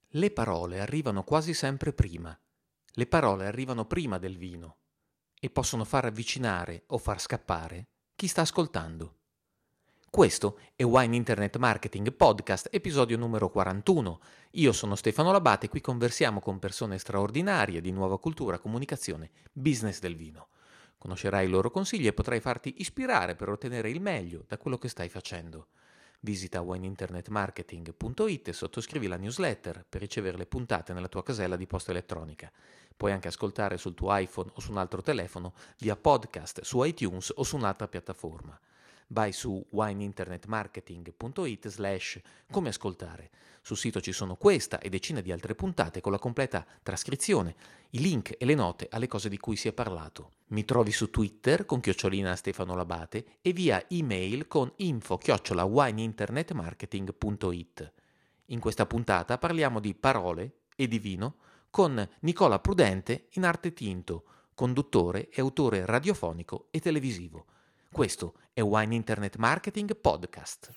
Le parole arrivano quasi sempre prima. Le parole arrivano prima del vino e possono far avvicinare o far scappare chi sta ascoltando. Questo è Wine Internet Marketing Podcast, episodio numero 41. Io sono Stefano Labate e qui conversiamo con persone straordinarie di nuova cultura, comunicazione, business del vino. Conoscerai i loro consigli e potrai farti ispirare per ottenere il meglio da quello che stai facendo. Visita wineinternetmarketing.it e sottoscrivi la newsletter per ricevere le puntate nella tua casella di posta elettronica. Puoi anche ascoltare sul tuo iPhone o su un altro telefono via podcast su iTunes o su un'altra piattaforma. Vai su wineinternetmarketing.it/come ascoltare. Sul sito ci sono questa e decine di altre puntate con la completa trascrizione, i link e le note alle cose di cui si è parlato. Mi trovi su Twitter con @Stefano Labate e via email con info@wineinternetmarketing.it. In questa puntata parliamo di parole e di vino con Nicola Prudente in arte tinto, conduttore e autore radiofonico e televisivo. Questo è Wine Internet Marketing Podcast.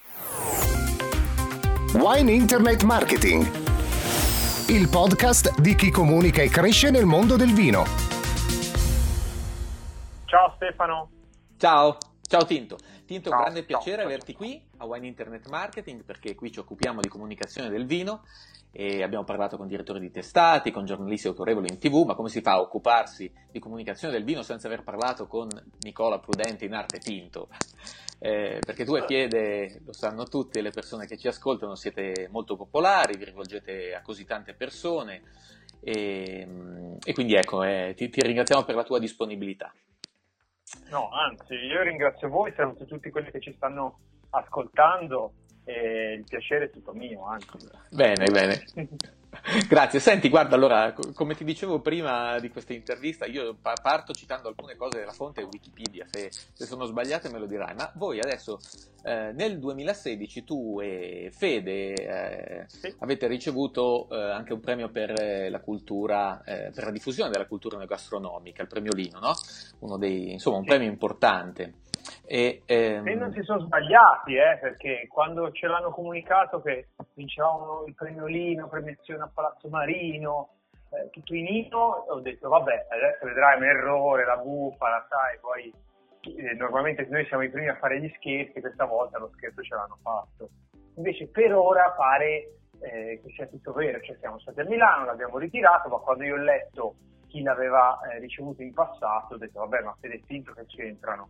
Wine Internet Marketing, il podcast di chi comunica e cresce nel mondo del vino. Ciao Stefano. Ciao Tinto. Tinto, Ciao, grande piacere ciao. averti qui a Wine Internet Marketing, perché qui ci occupiamo di comunicazione del vino e abbiamo parlato con direttori di testati, con giornalisti autorevoli in TV, ma come si fa a occuparsi di comunicazione del vino senza aver parlato con Nicola Prudente in arte tinto? Perché tu e Piede, lo sanno tutte le persone che ci ascoltano, siete molto popolari, vi rivolgete a così tante persone e quindi ecco, ti ringraziamo per la tua disponibilità. No, anzi, io ringrazio voi, saluto tutti quelli che ci stanno ascoltando e il piacere è tutto mio, anzi. Bene. Grazie. Senti, guarda, allora, come ti dicevo prima di questa intervista, io parto citando alcune cose della fonte Wikipedia, se sono sbagliate me lo dirai, ma voi adesso nel 2016 tu e Fede Sì. avete ricevuto anche un premio per la cultura, per la diffusione della cultura enogastronomica, il premio Lino, no? Un premio importante. E non si sono sbagliati, perché quando ce l'hanno comunicato che vincevamo il premio Lino, premiazione a Palazzo Marino, tutto in Ino, ho detto vabbè, adesso vedrai un errore, la bufala, sai, poi normalmente noi siamo i primi a fare gli scherzi, questa volta lo scherzo ce l'hanno fatto. Invece per ora pare che sia tutto vero, cioè siamo stati a Milano, l'abbiamo ritirato, ma quando io ho letto chi l'aveva ricevuto in passato ho detto vabbè, ma Fede e Tinto che c'entrano?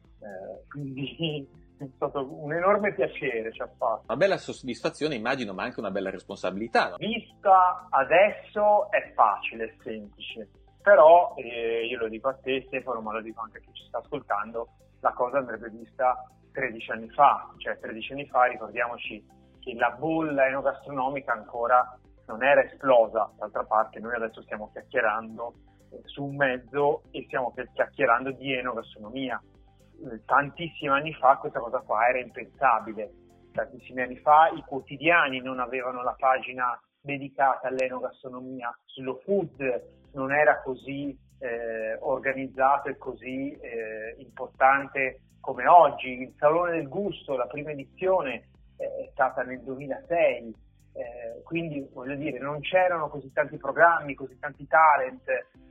Quindi è stato un enorme piacere, ci ha fatto. Una bella soddisfazione, immagino, ma anche una bella responsabilità, no? Vista adesso è facile, è semplice, però io lo dico a te Stefano, ma lo dico anche a chi ci sta ascoltando, la cosa andrebbe vista 13 anni fa, cioè 13 anni fa ricordiamoci che la bolla enogastronomica ancora non era esplosa. D'altra parte noi adesso stiamo chiacchierando su un mezzo e stiamo chiacchierando di enogastronomia. Tantissimi anni fa questa cosa qua era impensabile. Tantissimi anni fa i quotidiani non avevano la pagina dedicata all'enogastronomia, Slow Food non era così organizzato e così importante come oggi. Il Salone del Gusto, la prima edizione è stata nel 2006, quindi voglio dire non c'erano così tanti programmi, così tanti talent.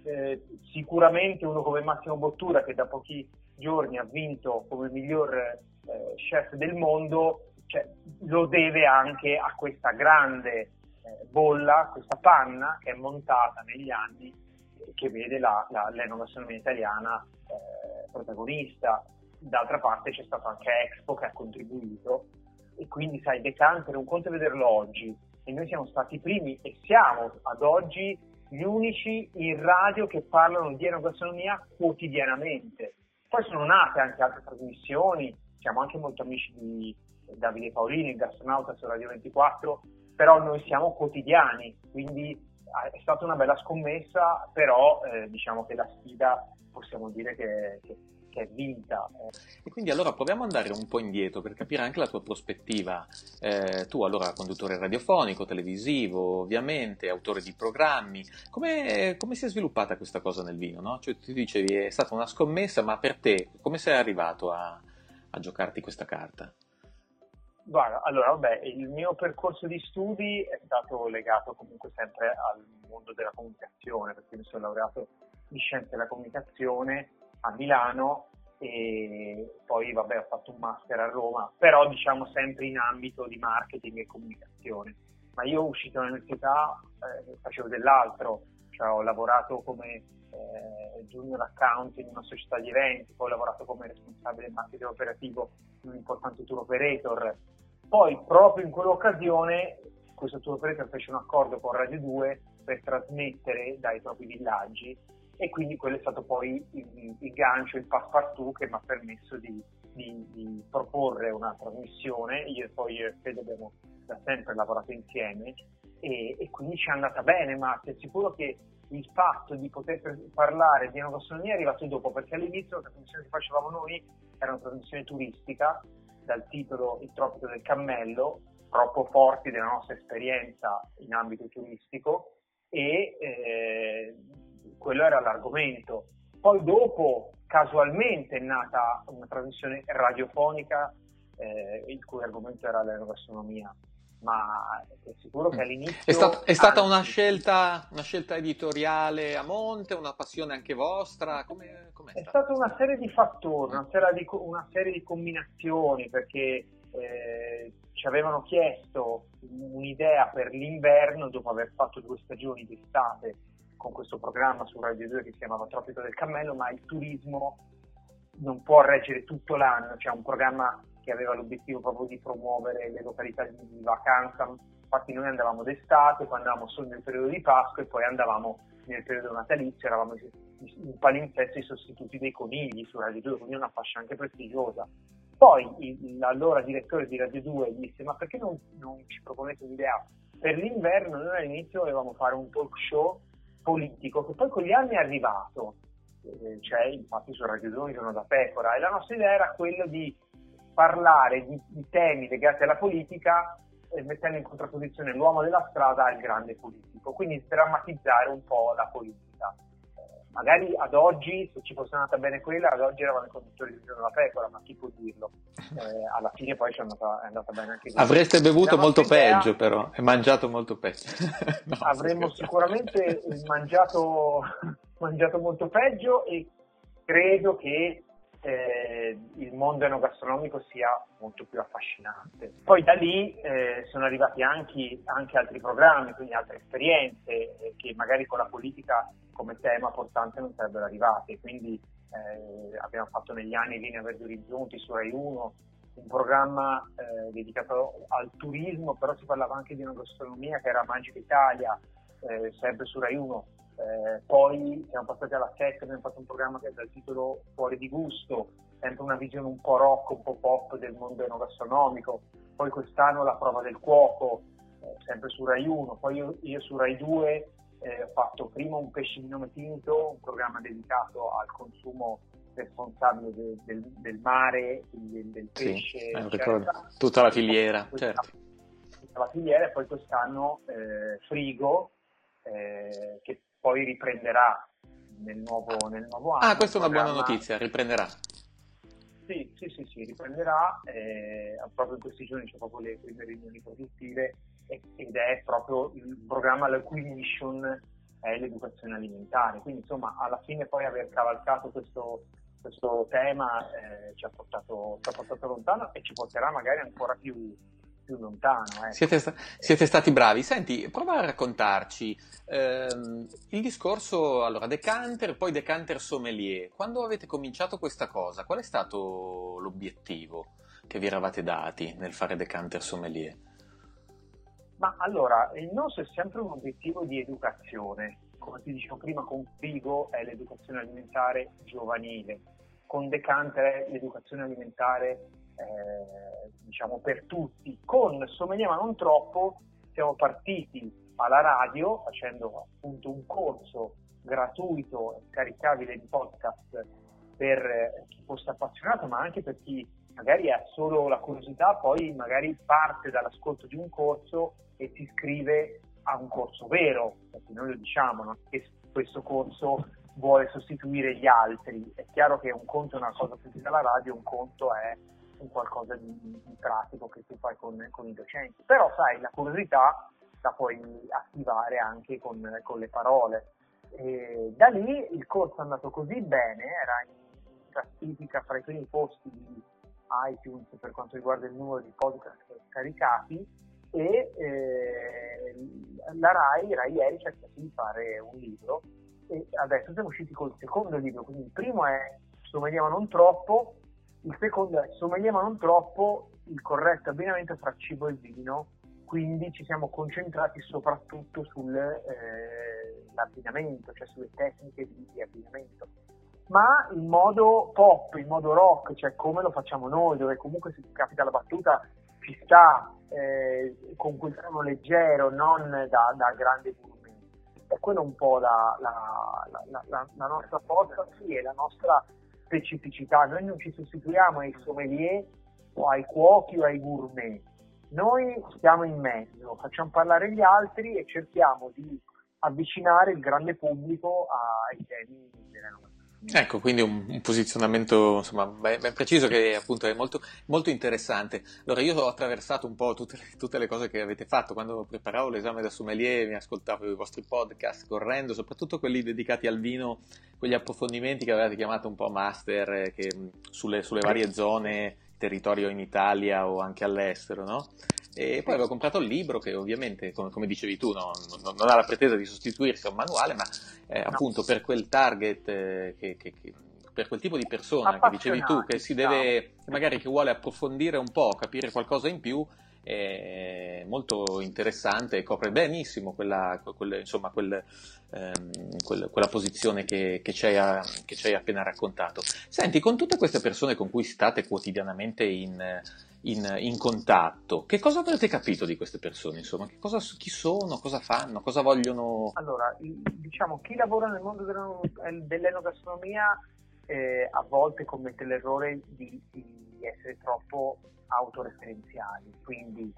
Sicuramente uno come Massimo Bottura, che da pochi giorni ha vinto come miglior chef del mondo, cioè, lo deve anche a questa grande bolla, questa panna che è montata negli anni, che vede l'enogastronomia italiana protagonista. D'altra parte c'è stato anche Expo che ha contribuito, e quindi sai, decantere, un conto è vederlo oggi, e noi siamo stati i primi e siamo ad oggi gli unici in radio che parlano di enogastronomia quotidianamente. Poi sono nate anche altre trasmissioni, siamo anche molto amici di Davide Paolini, il gastronauta su Radio 24, però noi siamo quotidiani, quindi è stata una bella scommessa, però diciamo che la sfida possiamo dire che è vinta. E quindi allora proviamo ad andare un po' indietro per capire anche la tua prospettiva. Tu allora conduttore radiofonico, televisivo, ovviamente, autore di programmi. Come si è sviluppata questa cosa nel vino, no? Cioè tu dicevi è stata una scommessa, ma per te come sei arrivato a giocarti questa carta? Guarda, allora, vabbè, il mio percorso di studi è stato legato comunque sempre al mondo della comunicazione, perché mi sono laureato in scienze della comunicazione a Milano e poi, vabbè, ho fatto un master a Roma, però diciamo sempre in ambito di marketing e comunicazione. Ma io uscito dall'università facevo dell'altro, cioè ho lavorato come junior account in una società di eventi, poi ho lavorato come responsabile marketing operativo in un importante tour operator. Poi proprio in quell'occasione questo tour operator fece un accordo con Radio 2 per trasmettere dai propri villaggi e quindi quello è stato poi il gancio, il passepartout che mi ha permesso di proporre una trasmissione. Io e poi Fede abbiamo da sempre lavorato insieme e quindi ci è andata bene, ma ti assicuro che il fatto di poter parlare di enogastronomia è arrivato dopo, perché all'inizio la trasmissione che facevamo noi era una trasmissione turistica dal titolo Il Tropico del Cammello, troppo forti della nostra esperienza in ambito turistico e quello era l'argomento. Poi dopo casualmente è nata una trasmissione radiofonica il cui argomento era l'enogastronomia, ma è sicuro che all'inizio è stata una scelta editoriale a monte, una passione anche vostra? È stata una serie di fattori, una serie di combinazioni, perché ci avevano chiesto un'idea per l'inverno dopo aver fatto 2 stagioni d'estate con questo programma su Radio 2 che si chiamava Tropico del Cammello, ma il turismo non può reggere tutto l'anno, cioè un programma che aveva l'obiettivo proprio di promuovere le località di vacanza. Infatti noi andavamo d'estate, poi andavamo solo nel periodo di Pasqua e poi andavamo nel periodo natalizio, eravamo in palinsesto i sostituti dei conigli su Radio 2, quindi una fascia anche prestigiosa. Poi l'allora direttore di Radio 2 disse: ma perché non ci proponete un'idea per l'inverno? Noi all'inizio volevamo fare un talk show politico che poi con gli anni è arrivato, cioè infatti su Radio 2 sono da pecora, e la nostra idea era quella di parlare di temi legati alla politica mettendo in contrapposizione l'uomo della strada al grande politico, quindi drammatizzare un po' la politica. Magari ad oggi, se ci fosse andata bene quella, ad oggi eravamo i conduttori di Giorno della Pecora, ma chi può dirlo? Alla fine poi è andata bene anche quella. Avreste bevuto molto peggio però, e mangiato molto peggio. No, avremmo sicuramente mangiato molto peggio, e credo che il mondo enogastronomico sia molto più affascinante. Poi da lì sono arrivati anche altri programmi, quindi altre esperienze che magari con la politica come tema portante non sarebbero arrivate, quindi abbiamo fatto negli anni Linea Verdi Orizzonti su Rai 1, un programma dedicato al turismo, però si parlava anche di enogastronomia, che era Magica Italia, sempre su Rai 1. Poi siamo passati alla 7, abbiamo fatto un programma che è dal titolo Fuori di Gusto, sempre una visione un po' rock, un po' pop del mondo enogastronomico. Poi quest'anno La Prova del Cuoco, sempre su Rai 1. Poi io su Rai 2 ho fatto prima Un pesce di nome Tinto, un programma dedicato al consumo responsabile del mare, del pesce, sì, eccetera. Tutta la filiera, certo. Tutta la filiera, e poi quest'anno Frigo, che poi riprenderà nel nuovo anno. Questa è una buona notizia, riprenderà. Sì, riprenderà, proprio in questi giorni c'è proprio le prime riunioni produttive ed è proprio il programma la cui mission è l'educazione alimentare, quindi insomma alla fine poi aver cavalcato questo tema ci ha portato lontano e ci porterà magari ancora più lontano. Ecco. Siete stati bravi. Senti, prova a raccontarci il discorso, allora, decanter, poi decanter sommelier. Quando avete cominciato questa cosa, qual è stato l'obiettivo che vi eravate dati nel fare decanter sommelier? Ma allora, il nostro è sempre un obiettivo di educazione. Come ti dicevo prima, con Frigo è l'educazione alimentare giovanile, con Decanter è l'educazione alimentare diciamo per tutti. Con Sommelier ma non troppo siamo partiti alla radio facendo appunto un corso gratuito e scaricabile in podcast per chi fosse appassionato, ma anche per chi magari ha solo la curiosità, poi magari parte dall'ascolto di un corso e si iscrive a un corso vero, perché noi lo diciamo, non è che questo corso vuole sostituire gli altri. È chiaro che un conto è una cosa sentita alla radio, un conto è un qualcosa di pratico che tu fai con i docenti. Però sai, la curiosità la puoi attivare anche con le parole. E da lì il corso è andato così bene, era in classifica fra i primi posti di iTunes per quanto riguarda il numero di podcast caricati, e la Rai ieri ci ha chiesto di fare un libro, e adesso siamo usciti col secondo libro. Quindi il primo è Sommelier ma non troppo, il secondo è Sommelier ma non troppo, il corretto abbinamento fra cibo e vino. Quindi ci siamo concentrati soprattutto sull'abbinamento, cioè sulle tecniche di abbinamento, ma in modo pop, in modo rock, cioè come lo facciamo noi, dove comunque se ti capita la battuta ci sta, con quel tono leggero, non da grande volume. E quello è un po' la nostra forza, sì, e la nostra specificità. Noi non ci sostituiamo ai sommelier o ai cuochi o ai gourmet. Noi stiamo in mezzo, facciamo parlare gli altri e cerchiamo di avvicinare il grande pubblico ai temi dell'enogastronomia. Ecco, quindi un posizionamento insomma ben preciso, che appunto è molto, molto interessante. Allora, io ho attraversato un po' tutte le cose che avete fatto. Quando preparavo l'esame da sommelier mi ascoltavo i vostri podcast correndo, soprattutto quelli dedicati al vino, quegli approfondimenti che avevate chiamato un po' master, sulle varie zone, territorio in Italia o anche all'estero, no? E poi avevo comprato il libro, che ovviamente, come dicevi tu, non ha la pretesa di sostituirsi a un manuale, ma appunto per quel target, per quel tipo di persona che dicevi tu, che si deve, magari che vuole approfondire un po', capire qualcosa in più, è molto interessante e copre benissimo quella posizione che ci hai appena raccontato. Senti, con tutte queste persone con cui state quotidianamente in contatto, che cosa avrete capito di queste persone? Insomma, chi sono, cosa fanno, cosa vogliono? Allora, diciamo, chi lavora nel mondo dell'enogastronomia a volte commette l'errore di essere troppo autoreferenziali, quindi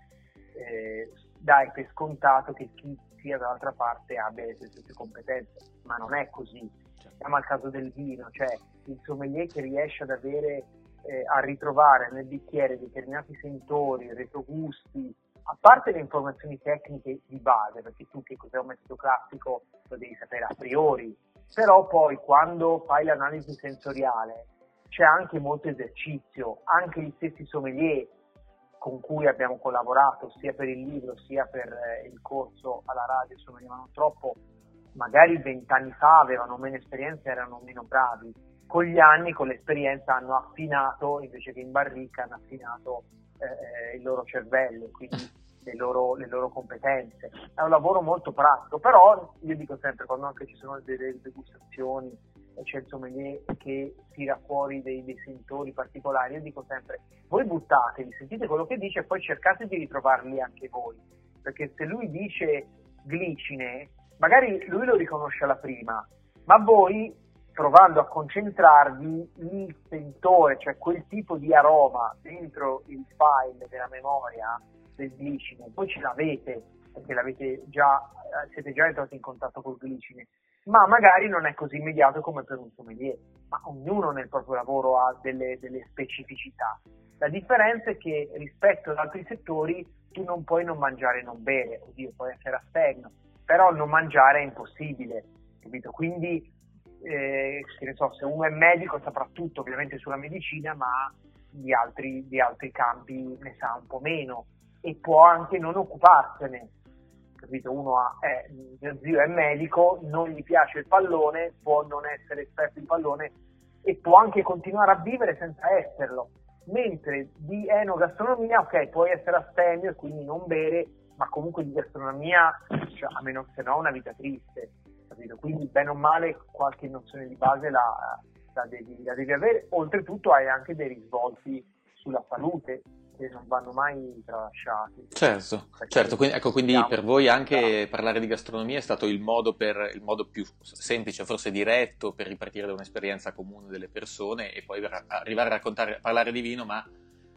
dai per scontato che chi sia dall'altra parte abbia le stesse competenze, ma non è così. Siamo al caso del vino, cioè il sommelier che riesce ad avere a ritrovare nel bicchiere determinati sentori, retrogusti, a parte le informazioni tecniche di base, perché tu che cos'è un metodo classico lo devi sapere a priori, però poi quando fai l'analisi sensoriale c'è anche molto esercizio. Anche gli stessi sommelier con cui abbiamo collaborato sia per il libro sia per il corso alla radio Sommelier ma non troppo, magari 20 anni fa avevano meno esperienza, erano meno bravi. Con gli anni, con l'esperienza, hanno affinato, invece che in barrica, hanno affinato il loro cervello, quindi le loro competenze. È un lavoro molto pratico, però io dico sempre, quando anche ci sono delle degustazioni e c'è il sommelier che tira fuori dei sentori particolari, io dico sempre, voi buttatevi, sentite quello che dice e poi cercate di ritrovarli anche voi, perché se lui dice glicine, magari lui lo riconosce alla prima, ma voi, provando a concentrarvi, il sentore, cioè quel tipo di aroma dentro il file della memoria del glicine, voi ce l'avete, perché siete già entrati in contatto col glicine, ma magari non è così immediato come per un sommelier, ma ognuno nel proprio lavoro ha delle specificità. La differenza è che rispetto ad altri settori tu non puoi non mangiare e non bere, oddio, puoi essere astemio, però non mangiare è impossibile, capito? Quindi che ne so, se uno è medico saprà tutto ovviamente sulla medicina, ma di altri campi ne sa un po' meno e può anche non occuparsene, capito? Mio zio è medico, non gli piace il pallone, può non essere esperto in pallone e può anche continuare a vivere senza esserlo, mentre di enogastronomia, ok, puoi essere astemio e quindi non bere, ma comunque di gastronomia, cioè, a meno se no una vita triste, capito? Quindi bene o male qualche nozione di base la devi avere. Oltretutto hai anche dei risvolti sulla salute che non vanno mai tralasciati. Certo, quindi per voi anche parlare di gastronomia è stato il modo più semplice, forse diretto, per ripartire da un'esperienza comune delle persone e poi arrivare a parlare di vino, ma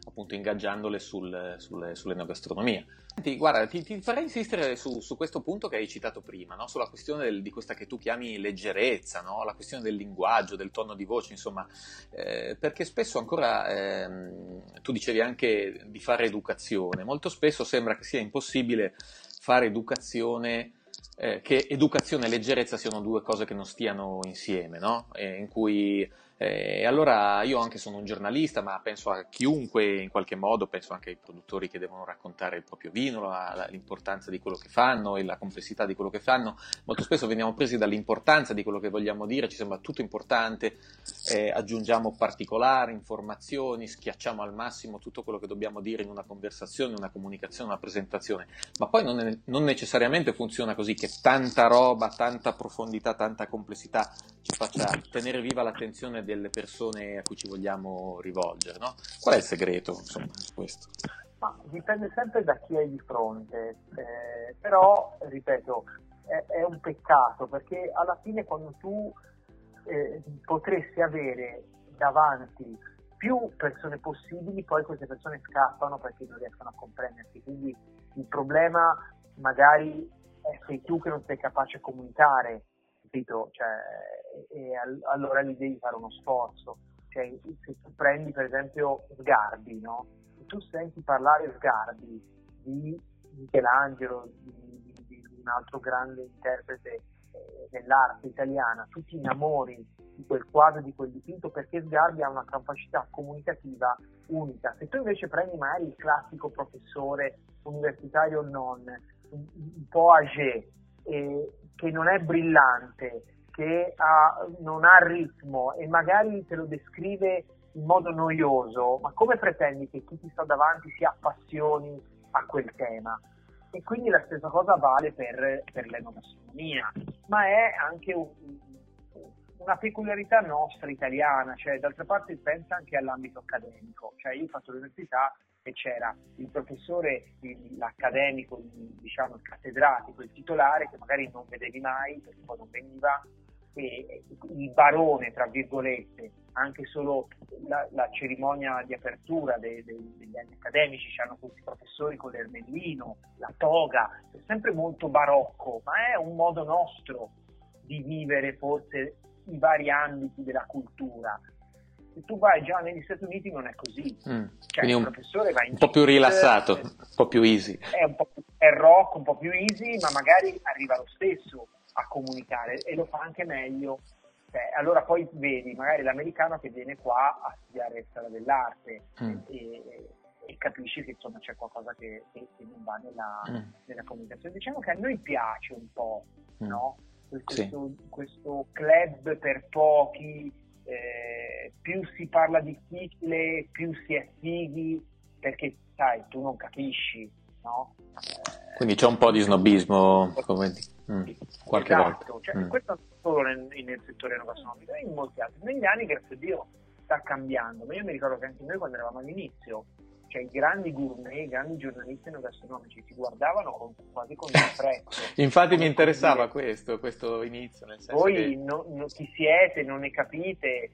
appunto ingaggiandole sull'enogastronomia. Senti, guarda, ti farei insistere su questo punto che hai citato prima, no? Sulla questione di questa che tu chiami leggerezza, no? La questione del linguaggio, del tono di voce, insomma, perché spesso ancora, tu dicevi anche di fare educazione, molto spesso sembra che sia impossibile fare educazione, che educazione e leggerezza siano due cose che non stiano insieme, no? In cui allora io anche sono un giornalista, ma penso a chiunque in qualche modo, penso anche ai produttori che devono raccontare il proprio vino, l'importanza di quello che fanno e la complessità di quello che fanno. Molto spesso veniamo presi dall'importanza di quello che vogliamo dire, ci sembra tutto importante, aggiungiamo particolari, informazioni, schiacciamo al massimo tutto quello che dobbiamo dire in una conversazione, una comunicazione, una presentazione, ma poi non necessariamente funziona così, che tanta roba, tanta profondità, tanta complessità ci faccia tenere viva l'attenzione delle persone a cui ci vogliamo rivolgere, no? Qual è il segreto, insomma, su questo? Ma dipende sempre da chi hai di fronte, però, ripeto, è un peccato, perché alla fine quando tu potresti avere davanti più persone possibili, poi queste persone scappano perché non riescono a comprenderti, quindi il problema magari sei tu che non sei capace a comunicare, capito? Allora lì devi fare uno sforzo. Cioè, se tu prendi per esempio Sgarbi, no? Se tu senti parlare Sgarbi di Michelangelo, di un altro grande interprete dell'arte italiana, tu ti innamori di quel quadro, di quel dipinto, perché Sgarbi ha una capacità comunicativa unica. Se tu invece prendi magari il classico professore universitario non, un po' âgé, che non è brillante, che non ha ritmo e magari te lo descrive in modo noioso, ma come pretendi che chi ti sta davanti si appassioni a quel tema? E quindi la stessa cosa vale per l'enogastronomia, ma è anche una peculiarità nostra italiana, cioè d'altra parte pensa anche all'ambito accademico, cioè io ho fatto l'università e c'era il professore, l'accademico, diciamo il cattedratico, il titolare che magari non vedevi mai perché poi non veniva, e il barone, tra virgolette, anche solo la cerimonia di apertura degli anni accademici, c'hanno questi professori con l'ermellino, la toga, è sempre molto barocco, ma è un modo nostro di vivere forse i vari ambiti della cultura. Se tu vai già negli Stati Uniti non è così, cioè il professore va in un po' più rilassato, un po' più easy, è rock, un po' più easy, ma magari arriva lo stesso a comunicare e lo fa anche meglio. Allora poi vedi magari l'americano che viene qua a studiare storia dell'arte e capisci che insomma c'è qualcosa che non va nella comunicazione. Diciamo che a noi piace un po', no? Questo club per pochi, più si parla difficile, più si è fighi, perché sai, tu non capisci, no? Quindi c'è un po' di snobismo, come qualche esatto, volta. Cioè, questo non solo nel settore enogastronomico, in molti altri. Negli anni, grazie a Dio, sta cambiando, ma io mi ricordo che anche noi quando eravamo all'inizio, cioè i grandi gourmet, i grandi giornalisti enogastronomici ti guardavano quasi con disprezzo. Infatti mi interessava questo inizio, nel senso voi che chi siete, non ne capite,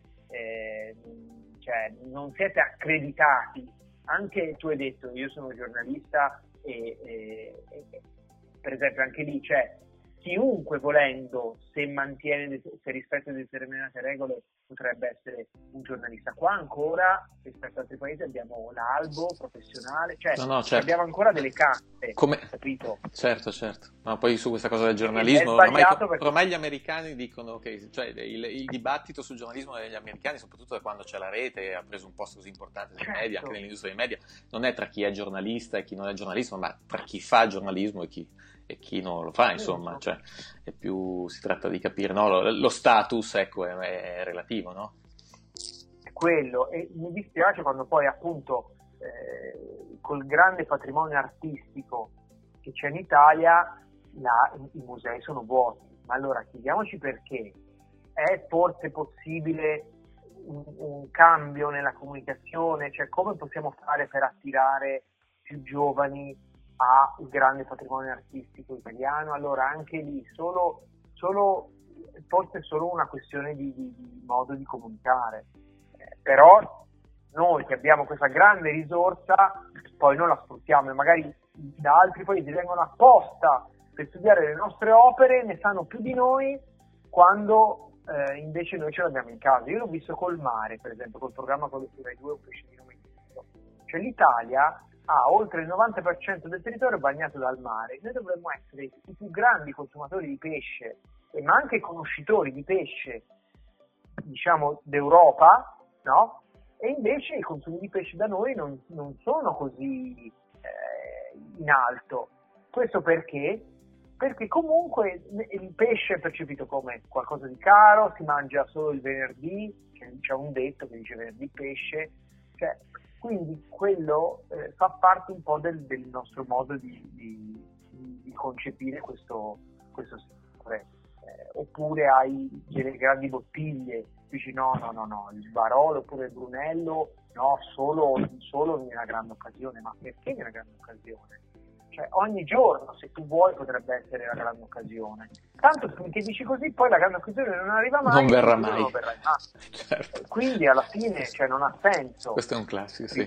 cioè non siete accreditati. Anche tu hai detto io sono giornalista e per esempio anche lì, cioè chiunque volendo, se rispetta determinate regole, potrebbe essere un giornalista. Qua ancora, rispetto ad altri paesi, abbiamo l'albo professionale, cioè certo. Abbiamo ancora delle carte, capito? Certo. Ma poi su questa cosa del giornalismo, ormai gli americani dicono che cioè, il dibattito sul giornalismo degli americani, soprattutto da quando c'è la rete, ha preso un posto così importante nei media, anche nell'industria dei media, non è tra chi è giornalista e chi non è giornalista, ma tra chi fa giornalismo e chi non lo fa, insomma, cioè è più si tratta di capire, no? Lo status, ecco, è relativo, no? È quello, e mi dispiace quando poi appunto col grande patrimonio artistico che c'è in Italia i musei sono vuoti. Ma allora chiediamoci perché. È forse possibile un cambio nella comunicazione? Cioè come possiamo fare per attirare più giovani al grande patrimonio artistico italiano? Allora anche lì forse è solo una questione di modo di comunicare, però noi che abbiamo questa grande risorsa poi non la sfruttiamo, e magari da altri paesi vengono apposta per studiare le nostre opere, ne sanno più di noi, quando invece noi ce l'abbiamo in casa. Io l'ho visto col mare, per esempio, col programma quello su Rai 2, Un pesce di nome Cristo. Cioè l'Italia ha oltre il 90% del territorio bagnato dal mare. Noi dovremmo essere i più grandi consumatori di pesce, ma anche conoscitori di pesce, diciamo, d'Europa, no? E invece i consumi di pesce da noi non sono così in alto. Questo perché? Perché comunque il pesce è percepito come qualcosa di caro, si mangia solo il venerdì, c'è un detto che dice venerdì pesce, cioè, quindi quello fa parte un po' del nostro modo di concepire questo settore. Oppure hai delle grandi bottiglie, dici no, il Barolo oppure il Brunello, no, solo nella grande occasione. Ma perché nella grande occasione? Cioè ogni giorno, se tu vuoi, potrebbe essere la grande occasione. Tanto finché dici così, poi la grande occasione non arriva mai, non verrà mai. Non verrà mai. Certo. Quindi alla fine, cioè, non ha senso. Questo è un classico, sì.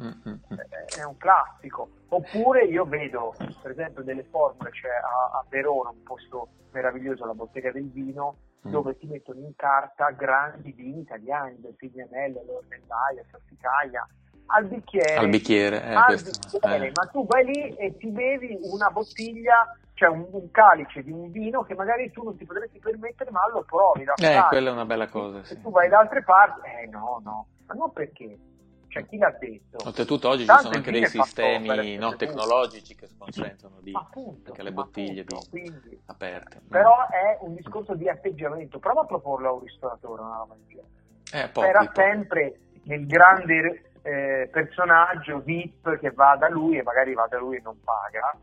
È un classico. Oppure io vedo, per esempio, delle formule, cioè a Verona, un posto meraviglioso, la Bottega del Vino, dove ti mettono in carta grandi vini italiani, del Pignanello, l'Ornellaia, Sassicaia, al bicchiere, ma tu vai lì e ti bevi una bottiglia, cioè un calice di un vino che magari tu non ti potresti permettere, ma lo provi. Quella è una bella cosa. Se tu vai da altre parti, no, ma non perché. Cioè, chi l'ha detto? Oltretutto oggi ci sono anche dei sistemi tecnologici che consentono di anche le bottiglie aperte. Però è un discorso di atteggiamento. Prova a proporlo a un ristoratore, una roba del genere. Era sempre nel grande personaggio VIP che va da lui, e magari va da lui e non paga,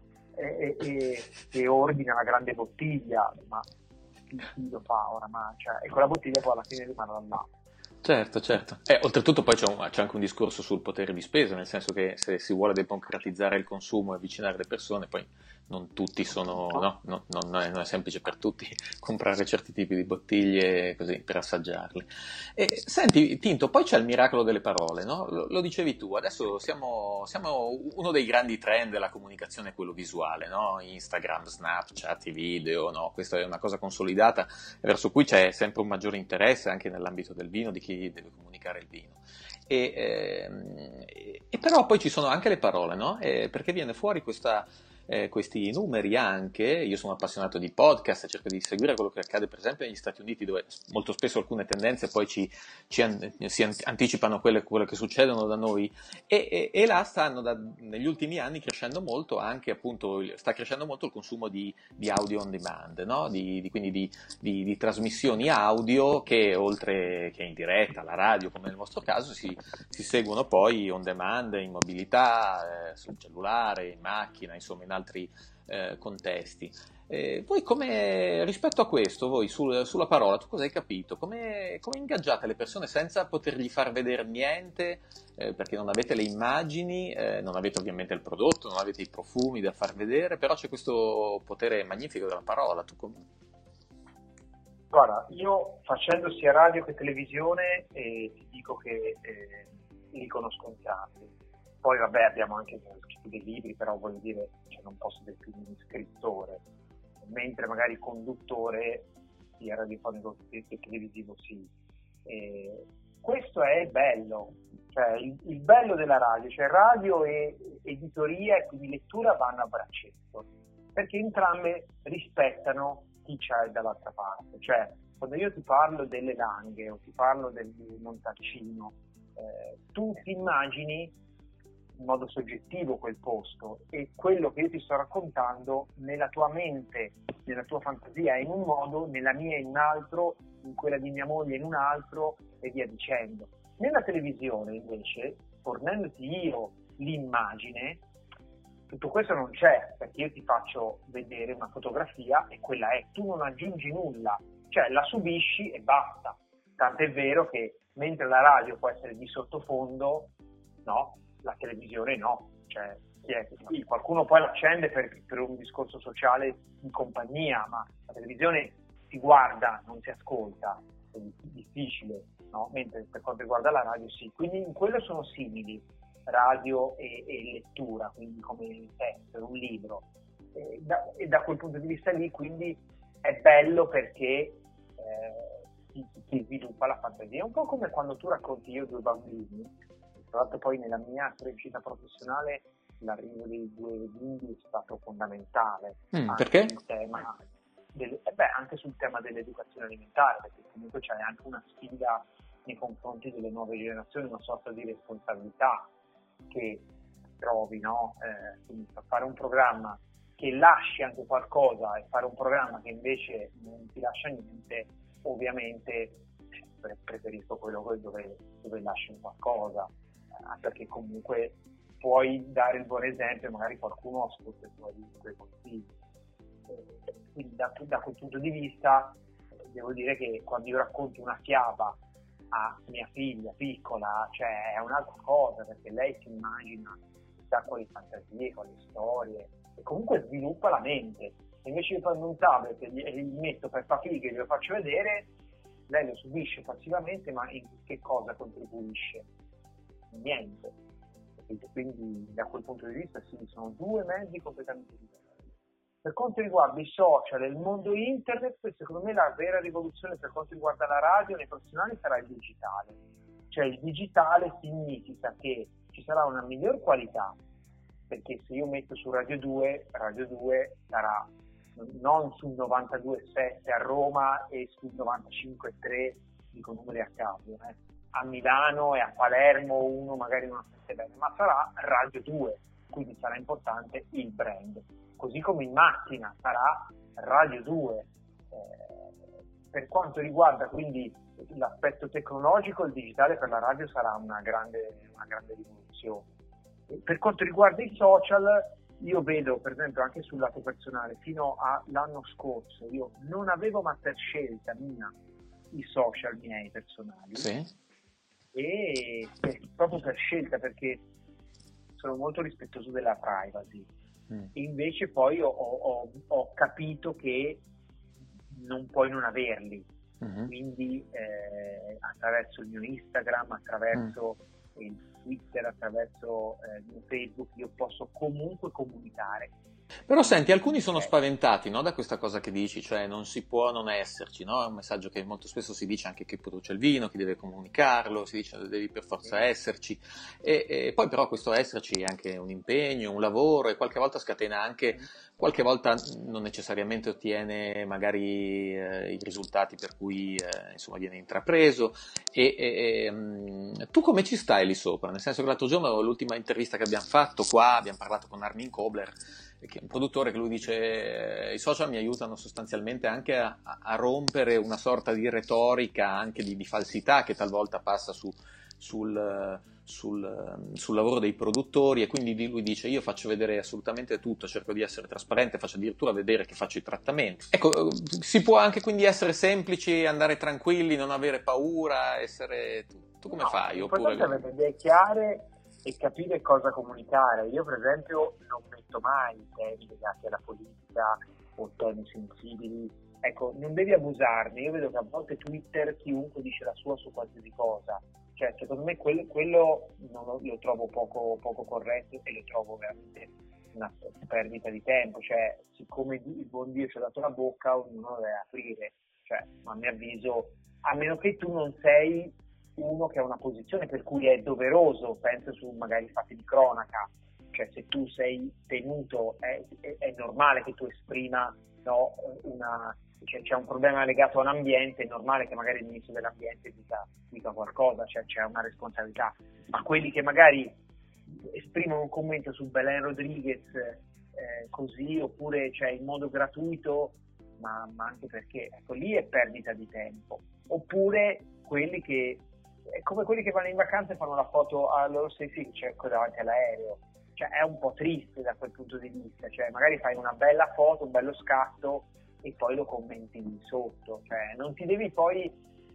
e ordina la grande bottiglia, ma chi lo fa oramai? Cioè, e quella bottiglia poi alla fine rimane là. Certo. Oltretutto poi c'è anche un discorso sul potere di spesa, nel senso che se si vuole democratizzare il consumo e avvicinare le persone, poi non tutti non è semplice per tutti comprare certi tipi di bottiglie così per assaggiarle. E senti Tinto, poi c'è il miracolo delle parole, no? Lo dicevi tu, adesso siamo uno dei grandi trend della comunicazione, quello visuale, no? Instagram, Snapchat, i video, no? Questa è una cosa consolidata verso cui c'è sempre un maggiore interesse anche nell'ambito del vino, di chi deve comunicare il vino. E però poi ci sono anche le parole, no? Perché viene fuori questi numeri anche. Io sono appassionato di podcast, cerco di seguire quello che accade per esempio negli Stati Uniti, dove molto spesso alcune tendenze poi si anticipano a quelle che succedono da noi, e là stanno negli ultimi anni crescendo molto anche, appunto, sta crescendo molto il consumo di audio on demand, no? Quindi di trasmissioni audio che, oltre che in diretta alla radio come nel vostro caso, si seguono poi on demand in mobilità, sul cellulare, in macchina, insomma in altri contesti. Voi come, rispetto a questo, voi sulla parola, tu cosa hai capito? Come ingaggiate le persone senza potergli far vedere niente, perché non avete le immagini, non avete ovviamente il prodotto, non avete i profumi da far vedere, però c'è questo potere magnifico della parola. Guarda, io facendo sia radio che televisione ti dico che li conosco entrambi. Poi vabbè, abbiamo anche scritto dei libri, però voglio dire, non posso dire più un scrittore, mentre magari conduttore sia radiofonico che televisivo sì. Questo è bello, cioè il bello della radio, cioè radio e editoria e quindi lettura vanno a braccetto, perché entrambe rispettano chi c'è dall'altra parte. Cioè, quando io ti parlo delle Langhe o ti parlo del Montalcino, tu ti immagini in modo soggettivo quel posto, e quello che io ti sto raccontando nella tua mente, nella tua fantasia è in un modo, nella mia in un altro, in quella di mia moglie in un altro, e via dicendo. Nella televisione invece, fornendoti io l'immagine, tutto questo non c'è, perché io ti faccio vedere una fotografia e quella è, tu non aggiungi nulla, cioè la subisci e basta. Tant'è vero che mentre la radio può essere di sottofondo, no, la televisione no, cioè qualcuno poi l'accende per un discorso sociale in compagnia, ma la televisione si guarda, non si ascolta, è difficile. no? Mentre per quanto riguarda la radio sì, quindi in quello sono simili, radio e lettura, quindi come testo, un libro, e da quel punto di vista lì quindi è bello perché ti sviluppa la fantasia, un po' come quando tu racconti Io, due bambini. Tra l'altro poi nella mia crescita professionale l'arrivo dei due bimbi è stato fondamentale, perché? Anche sul tema dell'educazione alimentare, perché comunque c'è anche una sfida nei confronti delle nuove generazioni, una sorta di responsabilità che trovi, no? Quindi fare un programma che lasci anche qualcosa e fare un programma che invece non ti lascia niente, ovviamente preferisco quello dove lasci qualcosa, perché comunque puoi dare il buon esempio e magari qualcuno ascolta i tuoi consigli. Quindi da quel punto di vista devo dire che quando io racconto una fiaba a mia figlia piccola, cioè è un'altra cosa, perché lei si immagina da quelle fantasie, con le storie, e comunque sviluppa la mente. Se invece io prendo un tablet e gli metto Peppa Pig e glielo faccio vedere, lei lo subisce passivamente, ma in che cosa contribuisce? Niente. Quindi da quel punto di vista sì, sono due mezzi completamente diversi. Per quanto riguarda i social e il mondo internet, secondo me la vera rivoluzione per quanto riguarda la radio nei prossimi anni sarà il digitale. Cioè il digitale significa che ci sarà una miglior qualità, perché se io metto su Radio 2 sarà non sul 92.7 a Roma e sul 95.3, dico numeri a caso, a Milano e a Palermo uno magari non sente bene, ma sarà Radio 2, quindi sarà importante il brand. Così come in macchina sarà Radio 2. Per quanto riguarda quindi l'aspetto tecnologico, il digitale per la radio sarà una grande rivoluzione. Per quanto riguarda i social, io vedo per esempio anche sul lato personale, fino all'anno scorso io non avevo ma per scelta mia i social miei personali, sì. E proprio per scelta, perché sono molto rispettoso della privacy. E invece poi ho capito che non puoi non averli, quindi attraverso il mio Instagram, attraverso il Twitter, attraverso il mio Facebook, io posso comunque comunicare. Però senti, alcuni sono spaventati, no, da questa cosa che dici, cioè non si può non esserci, no? È un messaggio che molto spesso si dice anche chi produce il vino, chi deve comunicarlo, si dice devi per forza esserci, e poi però questo esserci è anche un impegno, un lavoro, e qualche volta scatena anche, qualche volta non necessariamente ottiene magari i risultati per cui insomma viene intrapreso, tu come ci stai lì sopra? Nel senso che l'altro giorno, l'ultima intervista che abbiamo fatto qua, abbiamo parlato con Armin Kobler, che è un produttore, che lui dice i social mi aiutano sostanzialmente anche a rompere una sorta di retorica anche di falsità che talvolta passa sul lavoro dei produttori, e quindi lui dice io faccio vedere assolutamente tutto, cerco di essere trasparente, faccio addirittura vedere che faccio i trattamenti. Ecco, si può anche quindi essere semplici, andare tranquilli, non avere paura, essere... Tu come fai? L'importante è avere le idee chiare e capire cosa comunicare. Io per esempio non metto mai temi legati alla politica o temi sensibili, ecco, non devi abusarne. Io vedo che a volte Twitter chiunque dice la sua su qualsiasi cosa, cioè secondo me quello lo trovo poco corretto, e lo trovo veramente una perdita di tempo. Cioè siccome il buon Dio ci ha dato la bocca, ognuno deve aprire, cioè a mio avviso, a meno che tu non sei uno che ha una posizione per cui è doveroso, penso su magari fatti di cronaca, cioè se tu sei tenuto è normale che tu esprima, no, c'è un problema legato a un ambiente, è normale che magari il ministro dell'ambiente dica qualcosa, cioè c'è una responsabilità. Ma quelli che magari esprimono un commento su Belen Rodriguez così, oppure cioè in modo gratuito, ma anche perché, ecco, lì è perdita di tempo. Oppure quelli che è come quelli che vanno in vacanza e fanno la foto a loro stessi che cerco davanti all'aereo, cioè è un po' triste da quel punto di vista, cioè magari fai una bella foto, un bello scatto e poi lo commenti lì sotto, cioè non ti devi poi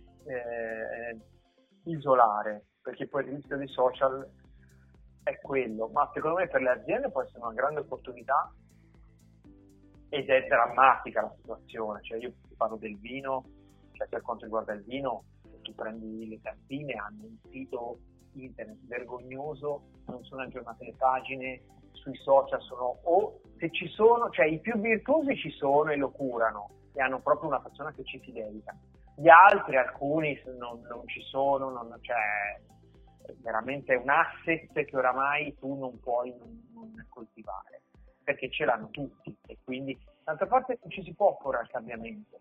isolare, perché poi il rischio dei social è quello, ma secondo me per le aziende può essere una grande opportunità, ed è drammatica la situazione. Cioè io parlo del vino, cioè per quanto riguarda il vino tu prendi le testine, hanno un sito internet vergognoso, non sono aggiornate le pagine, sui social sono, o se ci sono, cioè i più virtuosi ci sono e lo curano e hanno proprio una persona che ci si dedica. Gli altri, alcuni non ci sono, cioè veramente è un asset che oramai tu non puoi non coltivare, perché ce l'hanno tutti, e quindi d'altra parte non ci si può opporre al cambiamento,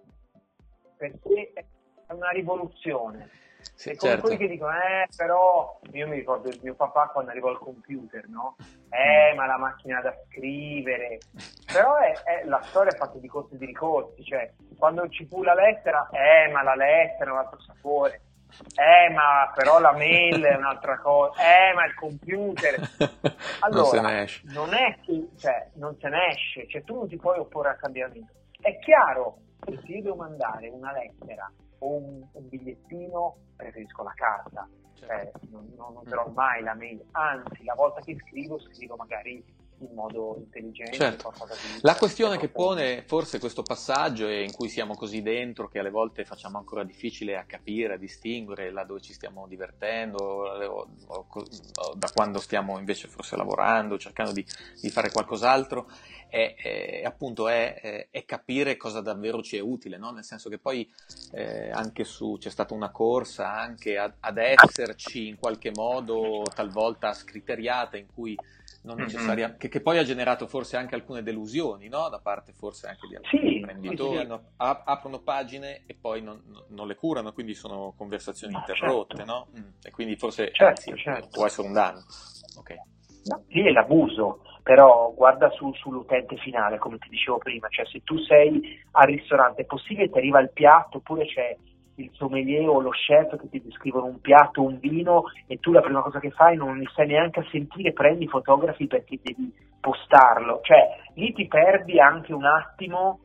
perché è una rivoluzione. Sì, e come certo. quelli che dicono però io mi ricordo il mio papà quando arrivò al computer, no? Ma la macchina da scrivere, però la storia è fatta di corsi e di ricorsi, cioè quando ci fu la lettera, ma la lettera è un altro sapore, ma però la mail è un'altra cosa, ma il computer, allora non se ne esce. Non è che, cioè, non se ne esce, cioè tu non ti puoi opporre al cambiamento. È chiaro che se io devo mandare una lettera o un bigliettino, preferisco la carta, cioè, non userò mai la mail, anzi la volta che scrivo magari in modo intelligente. Certo. La questione che pone forse questo passaggio e in cui siamo così dentro che alle volte facciamo ancora difficile a capire, a distinguere là dove ci stiamo divertendo o da quando stiamo invece forse lavorando, cercando di fare qualcos'altro, è capire cosa davvero ci è utile, no? Nel senso che poi anche c'è stata una corsa anche ad esserci in qualche modo talvolta scriteriata, in cui non necessaria, che poi ha generato forse anche alcune delusioni, no? Da parte forse anche di alcuni imprenditori, no? Aprono pagine e poi non le curano, quindi sono conversazioni interrotte, certo. No? E quindi forse certo. può essere un danno. Okay. No, lì è l'abuso, però guarda sull'utente finale, come ti dicevo prima, cioè se tu sei al ristorante, è possibile ti arriva il piatto, oppure c'è il sommelier o lo chef che ti descrivono un piatto, un vino, e tu la prima cosa che fai non ne stai neanche a sentire, prendi fotografi perché devi postarlo, cioè lì ti perdi anche un attimo,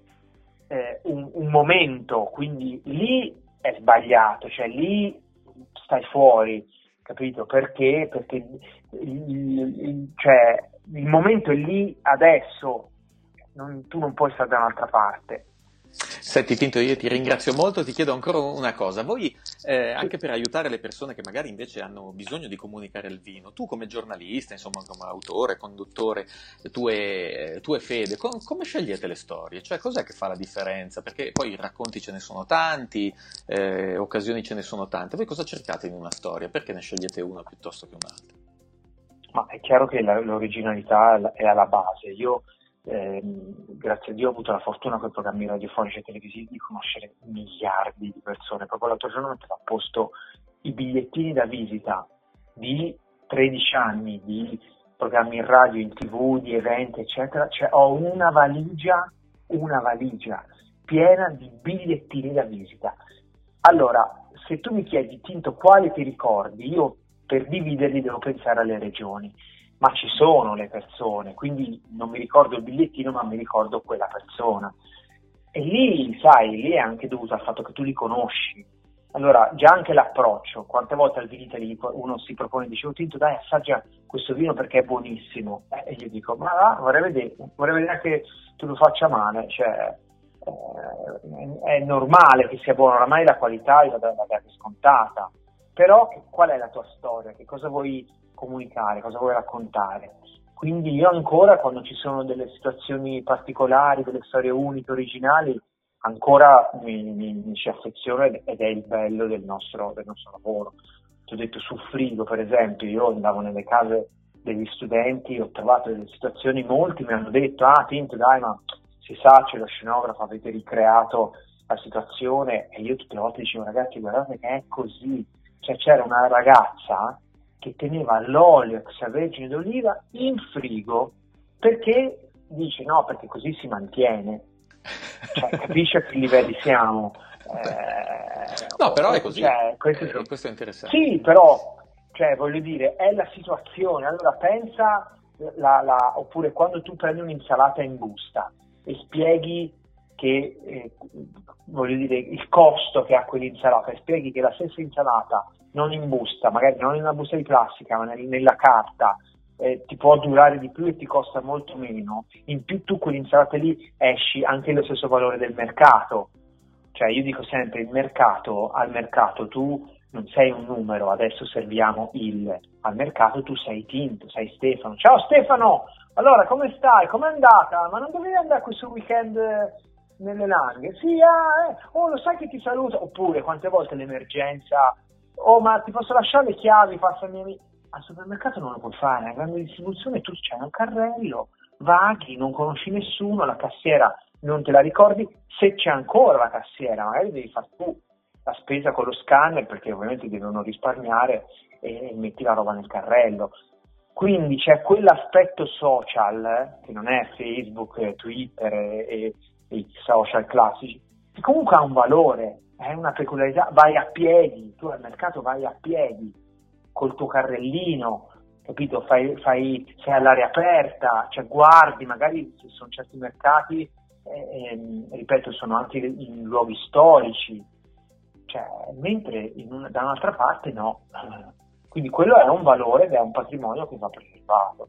un momento, quindi lì è sbagliato, cioè lì stai fuori, capito? Perché il momento è lì adesso, tu non puoi stare da un'altra parte. Senti Tinto, io ti ringrazio molto, ti chiedo ancora una cosa. Voi, anche per aiutare le persone che magari invece hanno bisogno di comunicare il vino, tu come giornalista, insomma come autore, conduttore, tu e Fede, come scegliete le storie? Cioè cos'è che fa la differenza? Perché poi i racconti ce ne sono tanti, occasioni ce ne sono tante. Voi cosa cercate in una storia? Perché ne scegliete una piuttosto che un'altra? Ma è chiaro che l'originalità è alla base. Io grazie a Dio ho avuto la fortuna con i programmi radiofonici e televisivi di conoscere miliardi di persone. Proprio l'altro giorno mettevo a posto i bigliettini da visita di 13 anni di programmi in radio, in TV, di eventi eccetera, cioè ho una valigia piena di bigliettini da visita. Allora, se tu mi chiedi Tinto quali ti ricordi, io per dividerli devo pensare alle regioni, ma ci sono le persone, quindi non mi ricordo il bigliettino, ma mi ricordo quella persona. E lì, sai, lì è anche dovuto al fatto che tu li conosci. Allora, già anche l'approccio, quante volte al Vinitaly uno si propone e dice, oh Tinto, dai, assaggia questo vino perché è buonissimo. E io dico, ma va, vorrei vedere che tu lo faccia male, cioè è normale che sia buono, oramai la qualità la date scontata. Però qual è la tua storia? Che cosa vuoi comunicare? Cosa vuoi raccontare? Quindi io ancora, quando ci sono delle situazioni particolari, delle storie uniche, originali, ancora mi ci affeziono ed è il bello del nostro lavoro. Ti ho detto sul frigo, per esempio, io andavo nelle case degli studenti, ho trovato delle situazioni, molti mi hanno detto, Tinto, dai, ma si sa, c'è lo scenografo, avete ricreato la situazione, e io tutte le volte dicevo, ragazzi, guardate che è così. Cioè c'era una ragazza che teneva l'olio extravergine d'oliva in frigo perché dice no, perché così si mantiene. Cioè, capisci a che livelli siamo? No, però è così. Cioè, questo è interessante. Sì, però, cioè, voglio dire, è la situazione. Allora pensa, oppure quando tu prendi un'insalata in busta e spieghi che voglio dire il costo che ha quell'insalata, e spieghi che la stessa insalata non in busta, magari non in una busta di plastica ma nella carta, ti può durare di più e ti costa molto meno, in più tu quell'insalata lì esci anche lo stesso valore del mercato, Cioè io dico sempre, al mercato tu non sei un numero, adesso serviamo al mercato tu sei Tinto, sei Stefano. Ciao Stefano, allora come stai? Com'è andata? Ma non dovevi andare questo weekend nelle Langhe? Sì, oh lo sai che ti saluto? Oppure quante volte l'emergenza, oh ma ti posso lasciare le chiavi, passa ai miei amici. Al supermercato non lo puoi fare, a grande distribuzione tu c'hai un carrello, vaghi, non conosci nessuno, la cassiera non te la ricordi, se c'è ancora la cassiera magari devi fare tu la spesa con lo scanner perché ovviamente devono risparmiare e metti la roba nel carrello. Quindi c'è quell'aspetto social, che non è Facebook, Twitter e i social classici, che comunque ha un valore, è una peculiarità, vai a piedi, tu al mercato vai a piedi, col tuo carrellino, capito? Sei all'aria aperta, cioè guardi, magari ci sono certi mercati, ripeto, sono anche in luoghi storici, cioè, mentre da un'altra parte no. Quindi quello è un valore ed è un patrimonio che va preservato.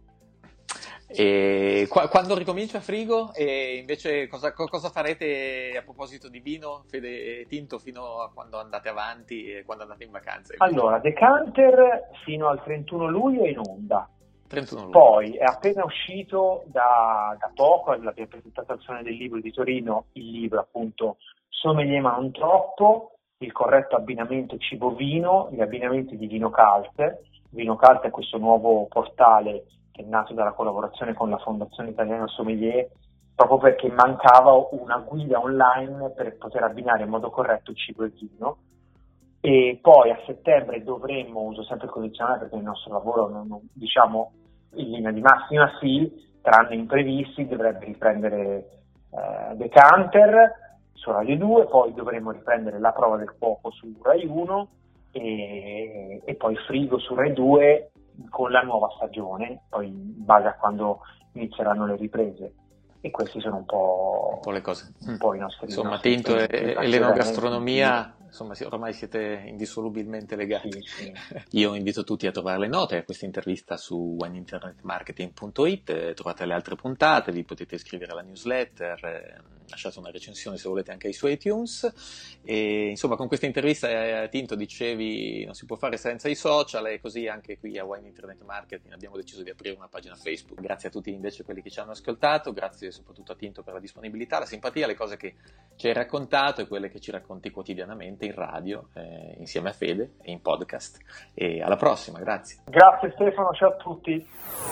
E quando ricomincia Frigo? E invece cosa farete a proposito di vino, Fede e Tinto, fino a quando andate avanti e quando andate in vacanza? Allora, Decanter fino al 31 luglio è in onda. 31 luglio. Poi è appena uscito da poco, alla presentazione del libro di Torino, il libro appunto Sommelier ma non troppo, il corretto abbinamento cibo-vino, gli abbinamenti di Vinocalt. Vinocalt è questo nuovo portale che è nato dalla collaborazione con la Fondazione Italiana Sommelier, proprio perché mancava una guida online per poter abbinare in modo corretto cibo e vino. E poi a settembre dovremmo, uso sempre il condizionale perché il nostro lavoro non diciamo in linea di massima sì, tranne imprevisti, dovrebbe riprendere Decanter su Radio 2, poi dovremmo riprendere La prova del cuoco su Rai 1 e poi Frigo su Rai 2 con la nuova stagione, poi in base a quando inizieranno le riprese. E questi sono un po' le cose. Un po' i nostri. Insomma, Tinto e l'enogastronomia, insomma, ormai siete indissolubilmente legati. Sì. Io invito tutti a trovare le note a questa intervista su wineinternetmarketing.it, trovate le altre puntate, vi potete iscrivere alla newsletter, lasciate una recensione se volete anche su iTunes. E insomma, con questa intervista Tinto dicevi non si può fare senza i social, e così anche qui a Wine Internet Marketing abbiamo deciso di aprire una pagina Facebook. Grazie a tutti invece quelli che ci hanno ascoltato, grazie soprattutto a Tinto per la disponibilità, la simpatia, le cose che ci hai raccontato e quelle che ci racconti quotidianamente in radio, insieme a Fede e in podcast. E alla prossima, grazie. Grazie Stefano, ciao a tutti.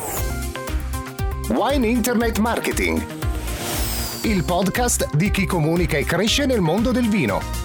Wine Internet Marketing, il podcast di chi comunica e cresce nel mondo del vino.